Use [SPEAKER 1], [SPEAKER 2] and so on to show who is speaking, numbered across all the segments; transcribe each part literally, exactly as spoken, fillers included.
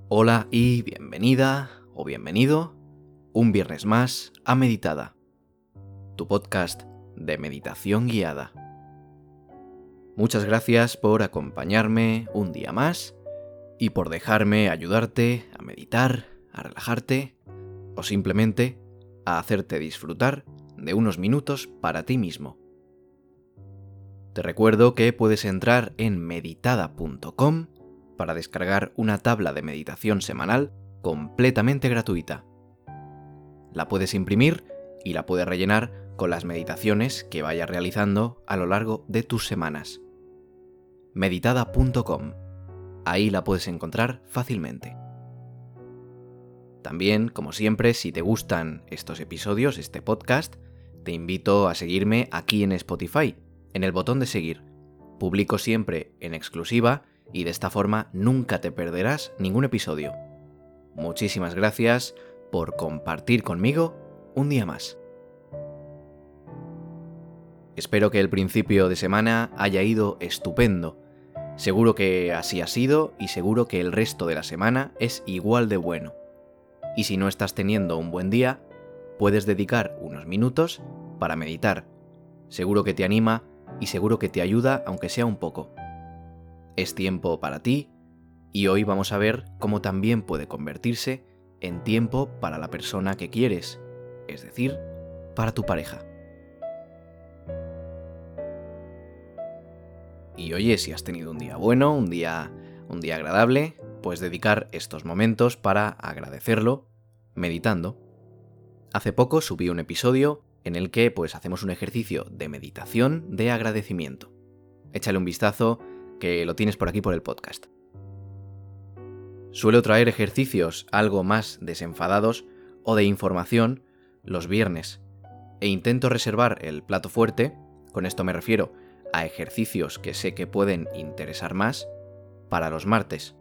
[SPEAKER 1] Hola y bienvenida o bienvenido un viernes más a Meditada, tu podcast de meditación guiada. Muchas gracias por acompañarme un día más y por dejarme ayudarte a meditar, a relajarte o simplemente a hacerte disfrutar de unos minutos para ti mismo. Te recuerdo que puedes entrar en meditada punto com para descargar una tabla de meditación semanal completamente gratuita. La puedes imprimir y la puedes rellenar con las meditaciones que vayas realizando a lo largo de tus semanas. meditada punto com. Ahí la puedes encontrar fácilmente. También, como siempre, si te gustan estos episodios, este podcast, te invito a seguirme aquí en Spotify, en el botón de seguir. Publico siempre en exclusiva y de esta forma nunca te perderás ningún episodio. Muchísimas gracias por compartir conmigo un día más. Espero que el principio de semana haya ido estupendo. Seguro que así ha sido y seguro que el resto de la semana es igual de bueno. Y si no estás teniendo un buen día, puedes dedicar unos minutos para meditar. Seguro que te anima y seguro que te ayuda aunque sea un poco. Es tiempo para ti y hoy vamos a ver cómo también puede convertirse en tiempo para la persona que quieres, es decir, para tu pareja. Y oye, si has tenido un día bueno, un día, un día agradable, puedes dedicar estos momentos para agradecerlo meditando. Hace poco subí un episodio en el que pues hacemos un ejercicio de meditación de agradecimiento. Échale un vistazo que lo tienes por aquí por el podcast. Suelo traer ejercicios algo más desenfadados o de información los viernes e intento reservar el plato fuerte, con esto me refiero a ejercicios que sé que pueden interesar más, para los martes.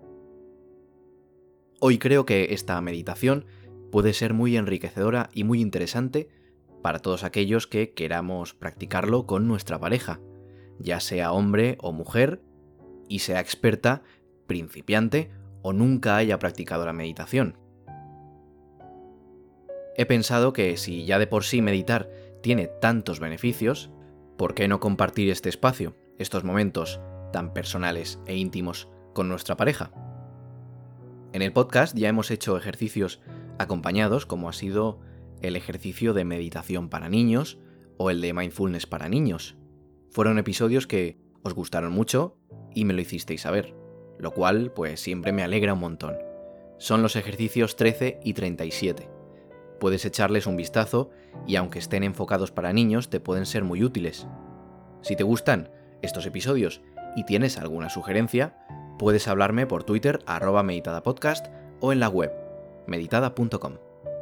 [SPEAKER 1] Hoy creo que esta meditación puede ser muy enriquecedora y muy interesante para todos aquellos que queramos practicarlo con nuestra pareja, ya sea hombre o mujer, y sea experta, principiante o nunca haya practicado la meditación. He pensado que si ya de por sí meditar tiene tantos beneficios, ¿por qué no compartir este espacio, estos momentos tan personales e íntimos con nuestra pareja? En el podcast ya hemos hecho ejercicios acompañados, como ha sido el ejercicio de meditación para niños o el de mindfulness para niños. Fueron episodios que os gustaron mucho y me lo hicisteis saber, lo cual pues siempre me alegra un montón. Son los ejercicios trece y treinta y siete. Puedes echarles un vistazo y aunque estén enfocados para niños te pueden ser muy útiles. Si te gustan estos episodios y tienes alguna sugerencia, puedes hablarme por Twitter arroba meditadapodcast o en la web meditada punto com.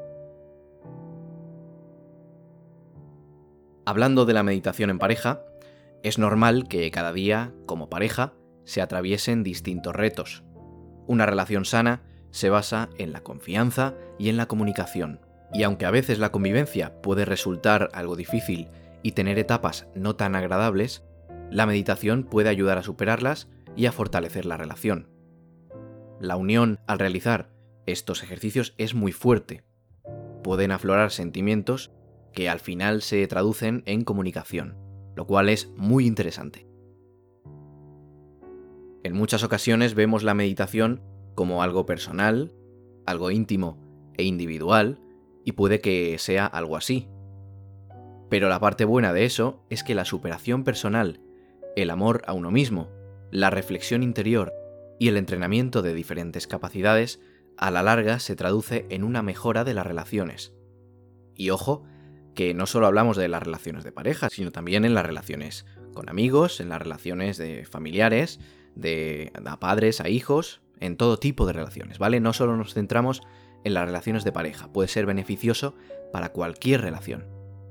[SPEAKER 1] Hablando de la meditación en pareja, es normal que cada día, como pareja, se atraviesen distintos retos. Una relación sana se basa en la confianza y en la comunicación. Y aunque a veces la convivencia puede resultar algo difícil y tener etapas no tan agradables, la meditación puede ayudar a superarlas y a fortalecer la relación. La unión al realizar estos ejercicios es muy fuerte. Pueden aflorar sentimientos que al final se traducen en comunicación, lo cual es muy interesante. En muchas ocasiones vemos la meditación como algo personal, algo íntimo e individual, y puede que sea algo así. Pero la parte buena de eso es que la superación personal, el amor a uno mismo, la reflexión interior y el entrenamiento de diferentes capacidades, a la larga se traduce en una mejora de las relaciones. Y ojo, que no solo hablamos de las relaciones de pareja, sino también en las relaciones con amigos, en las relaciones de familiares, de a padres, a hijos, en todo tipo de relaciones, ¿vale? No solo nos centramos en las relaciones de pareja, puede ser beneficioso para cualquier relación.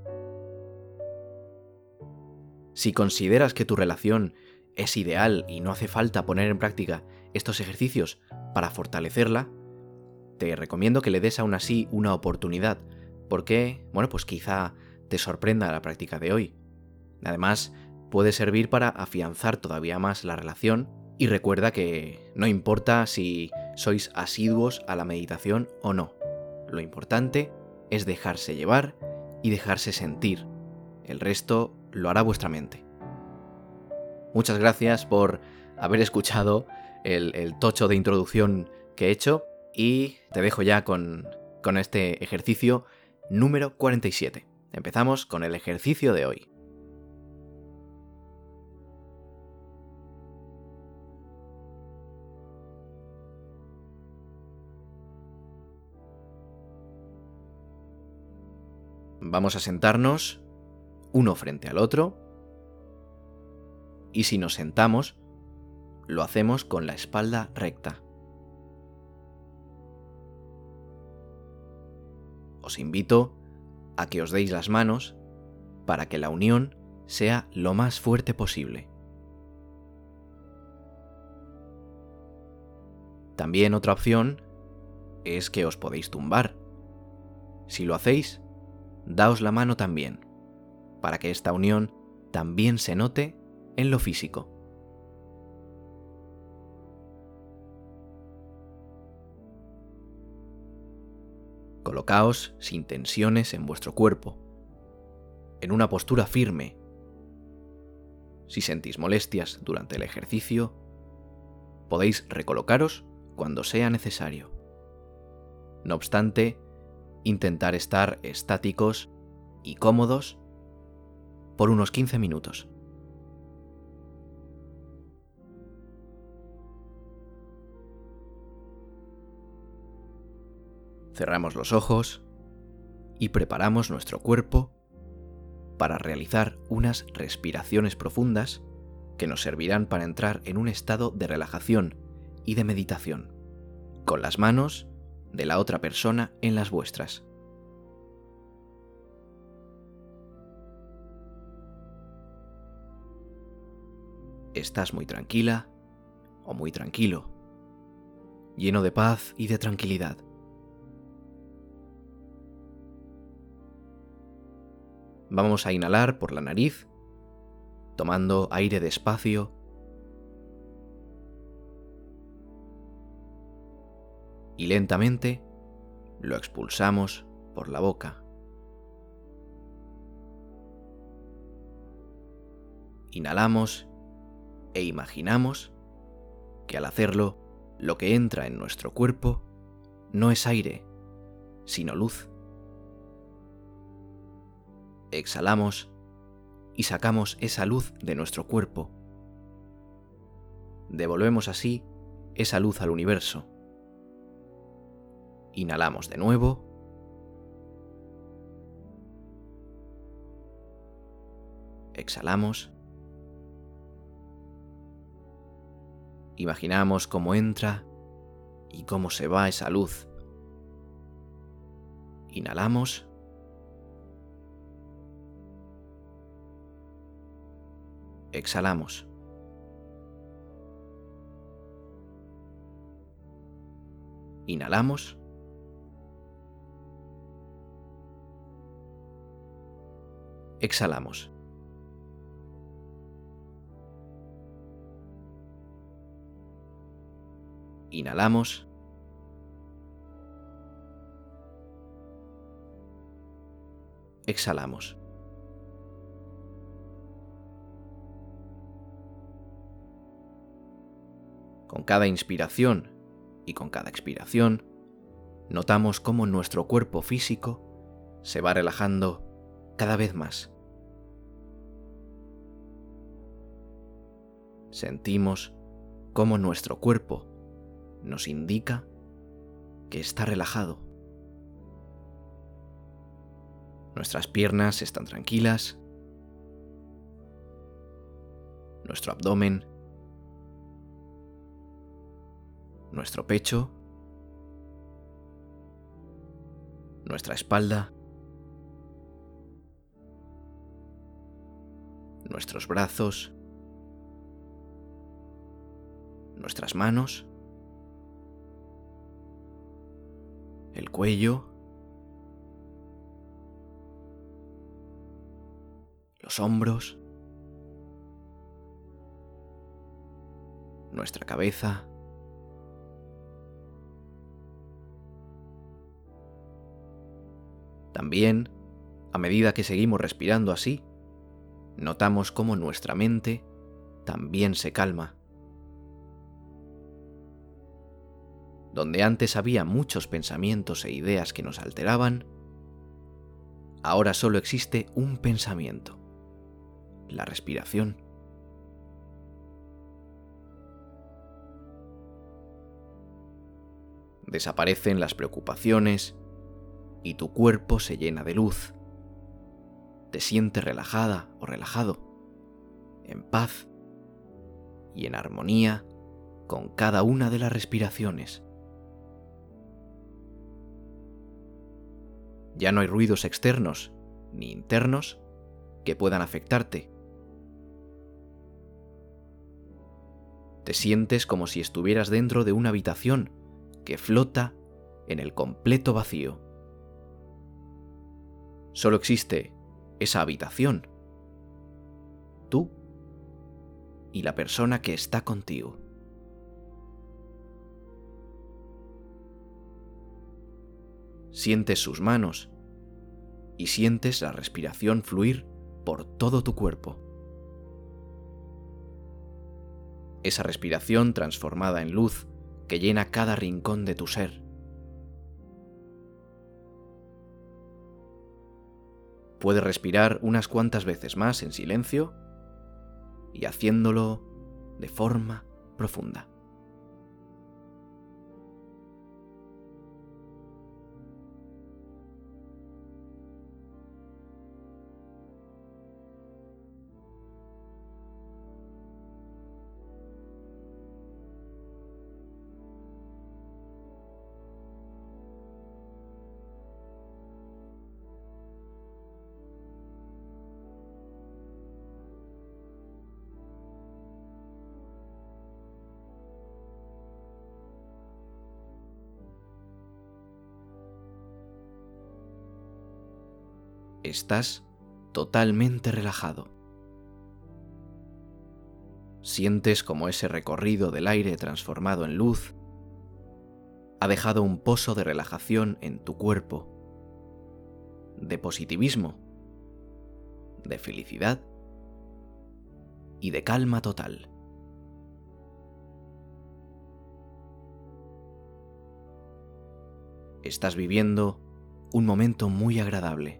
[SPEAKER 1] Si consideras que tu relación es ideal y no hace falta poner en práctica estos ejercicios para fortalecerla, te recomiendo que le des aún así una oportunidad, porque, bueno, pues quizá te sorprenda la práctica de hoy. Además, puede servir para afianzar todavía más la relación y recuerda que no importa si sois asiduos a la meditación o no. Lo importante es dejarse llevar y dejarse sentir. El resto lo hará vuestra mente. Muchas gracias por haber escuchado el, el tocho de introducción que he hecho y te dejo ya con, con este ejercicio número cuarenta y siete. Empezamos con el ejercicio de hoy. Vamos a sentarnos uno frente al otro y si nos sentamos, lo hacemos con la espalda recta. Os invito a que os deis las manos para que la unión sea lo más fuerte posible. También otra opción es que os podéis tumbar. Si lo hacéis, daos la mano también, para que esta unión también se note en lo físico. Colocaos sin tensiones en vuestro cuerpo, en una postura firme. Si sentís molestias durante el ejercicio, podéis recolocaros cuando sea necesario. No obstante, intentar estar estáticos y cómodos por unos quince minutos. Cerramos los ojos y preparamos nuestro cuerpo para realizar unas respiraciones profundas que nos servirán para entrar en un estado de relajación y de meditación, con las manos de la otra persona en las vuestras. Estás muy tranquila o muy tranquilo, lleno de paz y de tranquilidad. Vamos a inhalar por la nariz, tomando aire despacio y lentamente lo expulsamos por la boca. Inhalamos e imaginamos que al hacerlo, lo que entra en nuestro cuerpo no es aire, sino luz. Exhalamos y sacamos esa luz de nuestro cuerpo. Devolvemos así esa luz al universo. Inhalamos de nuevo. Exhalamos. Imaginamos cómo entra y cómo se va esa luz. Inhalamos. Exhalamos. Inhalamos. Exhalamos. Inhalamos. Exhalamos. Con cada inspiración y con cada expiración, notamos cómo nuestro cuerpo físico se va relajando cada vez más. Sentimos cómo nuestro cuerpo nos indica que está relajado. Nuestras piernas están tranquilas, nuestro abdomen, nuestro pecho, nuestra espalda, nuestros brazos, nuestras manos, el cuello, los hombros, nuestra cabeza, También, a medida que seguimos respirando así, notamos cómo nuestra mente también se calma. Donde antes había muchos pensamientos e ideas que nos alteraban, ahora solo existe un pensamiento: la respiración. Desaparecen las preocupaciones y tu cuerpo se llena de luz. Te sientes relajada o relajado, en paz y en armonía con cada una de las respiraciones. Ya no hay ruidos externos ni internos que puedan afectarte. Te sientes como si estuvieras dentro de una habitación que flota en el completo vacío. Solo existe esa habitación, tú y la persona que está contigo. Sientes sus manos y sientes la respiración fluir por todo tu cuerpo. Esa respiración transformada en luz que llena cada rincón de tu ser. Puedes respirar unas cuantas veces más en silencio y haciéndolo de forma profunda. Estás totalmente relajado. Sientes como ese recorrido del aire transformado en luz ha dejado un pozo de relajación en tu cuerpo, de positivismo, de felicidad y de calma total. Estás viviendo un momento muy agradable.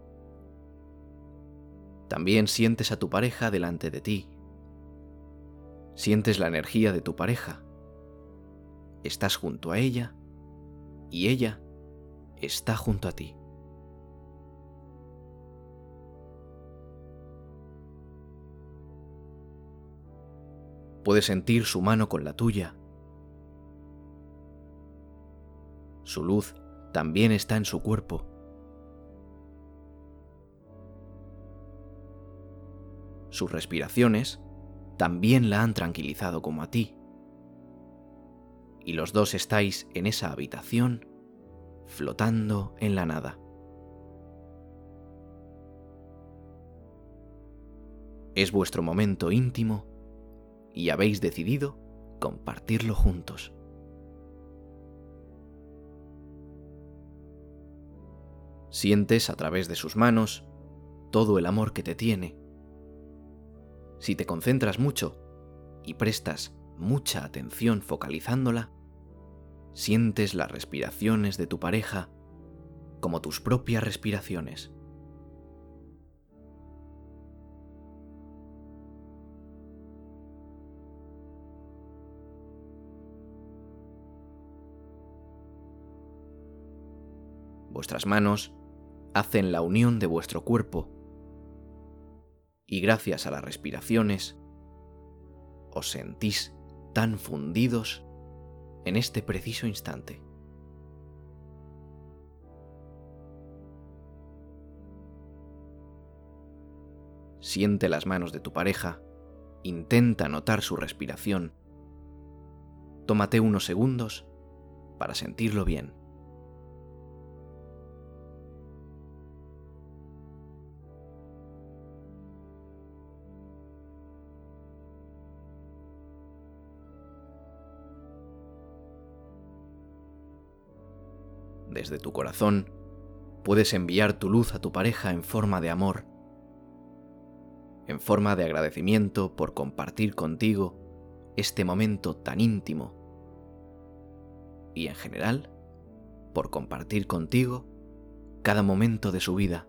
[SPEAKER 1] También sientes a tu pareja delante de ti. Sientes la energía de tu pareja. Estás junto a ella y ella está junto a ti. Puedes sentir su mano con la tuya. Su luz también está en su cuerpo. Sus respiraciones también la han tranquilizado como a ti. Y los dos estáis en esa habitación, flotando en la nada. Es vuestro momento íntimo y habéis decidido compartirlo juntos. Sientes a través de sus manos todo el amor que te tiene. Si te concentras mucho y prestas mucha atención focalizándola, sientes las respiraciones de tu pareja como tus propias respiraciones. Vuestras manos hacen la unión de vuestro cuerpo y gracias a las respiraciones os sentís tan fundidos en este preciso instante. Siente las manos de tu pareja, intenta notar su respiración. Tómate unos segundos para sentirlo bien. Desde tu corazón, puedes enviar tu luz a tu pareja en forma de amor, en forma de agradecimiento por compartir contigo este momento tan íntimo y en general por compartir contigo cada momento de su vida.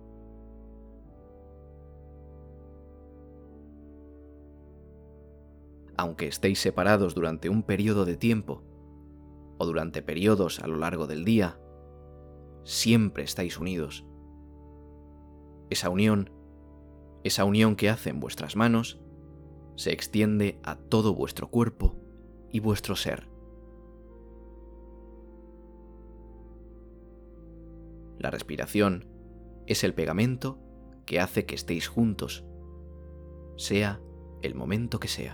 [SPEAKER 1] Aunque estéis separados durante un periodo de tiempo o durante periodos a lo largo del día, siempre estáis unidos. Esa unión, esa unión que hacen vuestras manos, se extiende a todo vuestro cuerpo y vuestro ser. La respiración es el pegamento que hace que estéis juntos, sea el momento que sea.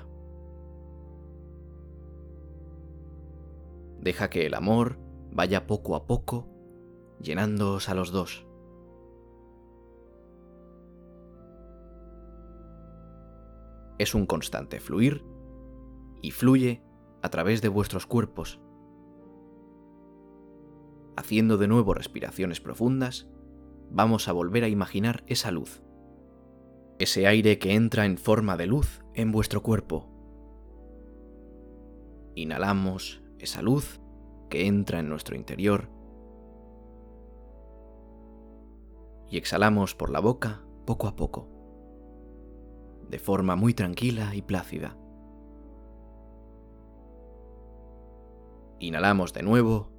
[SPEAKER 1] Deja que el amor vaya poco a poco llenándoos a los dos. Es un constante fluir y fluye a través de vuestros cuerpos. Haciendo de nuevo respiraciones profundas, vamos a volver a imaginar esa luz, ese aire que entra en forma de luz en vuestro cuerpo. Inhalamos esa luz que entra en nuestro interior y exhalamos por la boca poco a poco, de forma muy tranquila y plácida. Inhalamos de nuevo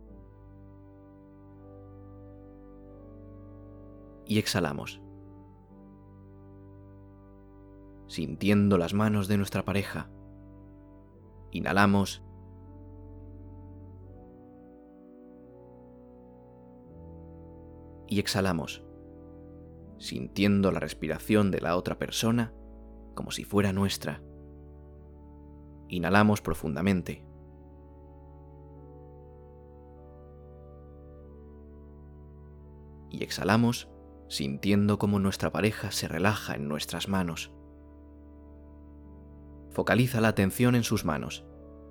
[SPEAKER 1] y exhalamos, sintiendo las manos de nuestra pareja. Inhalamos y exhalamos, sintiendo la respiración de la otra persona como si fuera nuestra. Inhalamos profundamente. Y exhalamos, sintiendo cómo nuestra pareja se relaja en nuestras manos. Focaliza la atención en sus manos.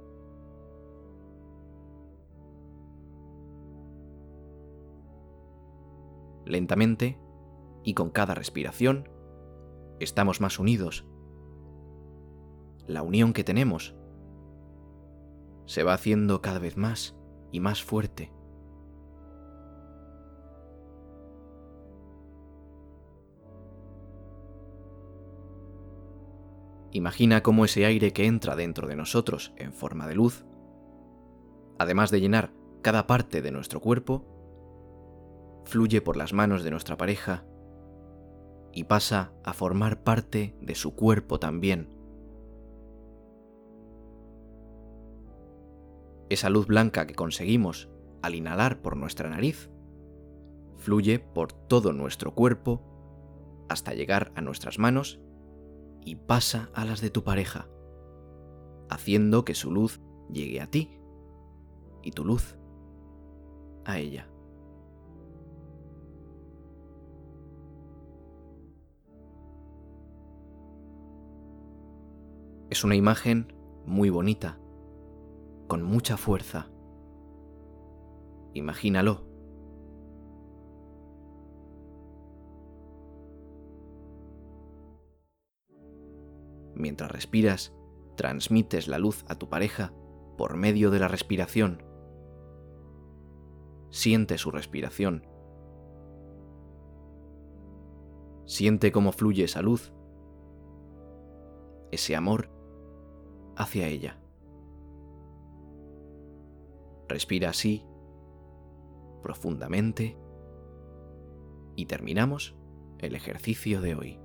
[SPEAKER 1] Lentamente, y con cada respiración, estamos más unidos. La unión que tenemos se va haciendo cada vez más y más fuerte. Imagina cómo ese aire que entra dentro de nosotros en forma de luz, además de llenar cada parte de nuestro cuerpo, fluye por las manos de nuestra pareja y pasa a formar parte de su cuerpo también. Esa luz blanca que conseguimos al inhalar por nuestra nariz fluye por todo nuestro cuerpo hasta llegar a nuestras manos y pasa a las de tu pareja, haciendo que su luz llegue a ti y tu luz a ella. Es una imagen muy bonita, con mucha fuerza. Imagínalo. Mientras respiras, transmites la luz a tu pareja por medio de la respiración. Siente su respiración. Siente cómo fluye esa luz, ese amor, hacia ella. Respira así, profundamente, y terminamos el ejercicio de hoy.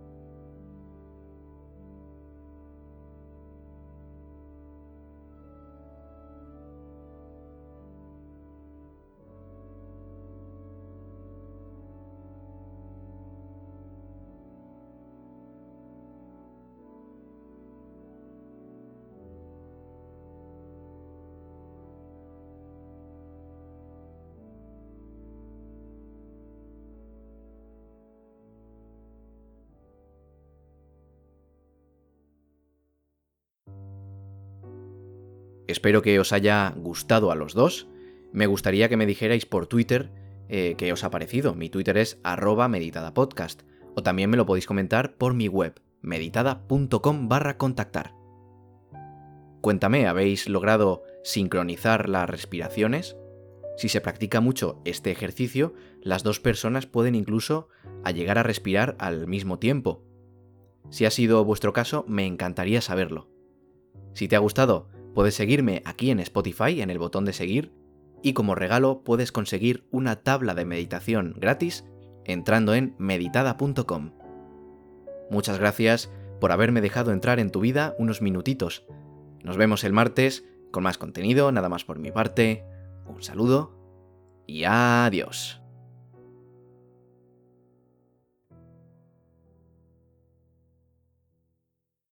[SPEAKER 1] Espero que os haya gustado a los dos. Me gustaría que me dijerais por Twitter eh, qué os ha parecido. Mi Twitter es arroba meditadapodcast. O también me lo podéis comentar por mi web, meditada.com barra contactar. Cuéntame, ¿habéis logrado sincronizar las respiraciones? Si se practica mucho este ejercicio, las dos personas pueden incluso a llegar a respirar al mismo tiempo. Si ha sido vuestro caso, me encantaría saberlo. Si te ha gustado, puedes seguirme aquí en Spotify, en el botón de seguir, y como regalo puedes conseguir una tabla de meditación gratis entrando en meditada punto com. Muchas gracias por haberme dejado entrar en tu vida unos minutitos. Nos vemos el martes con más contenido, nada más por mi parte. Un saludo y adiós.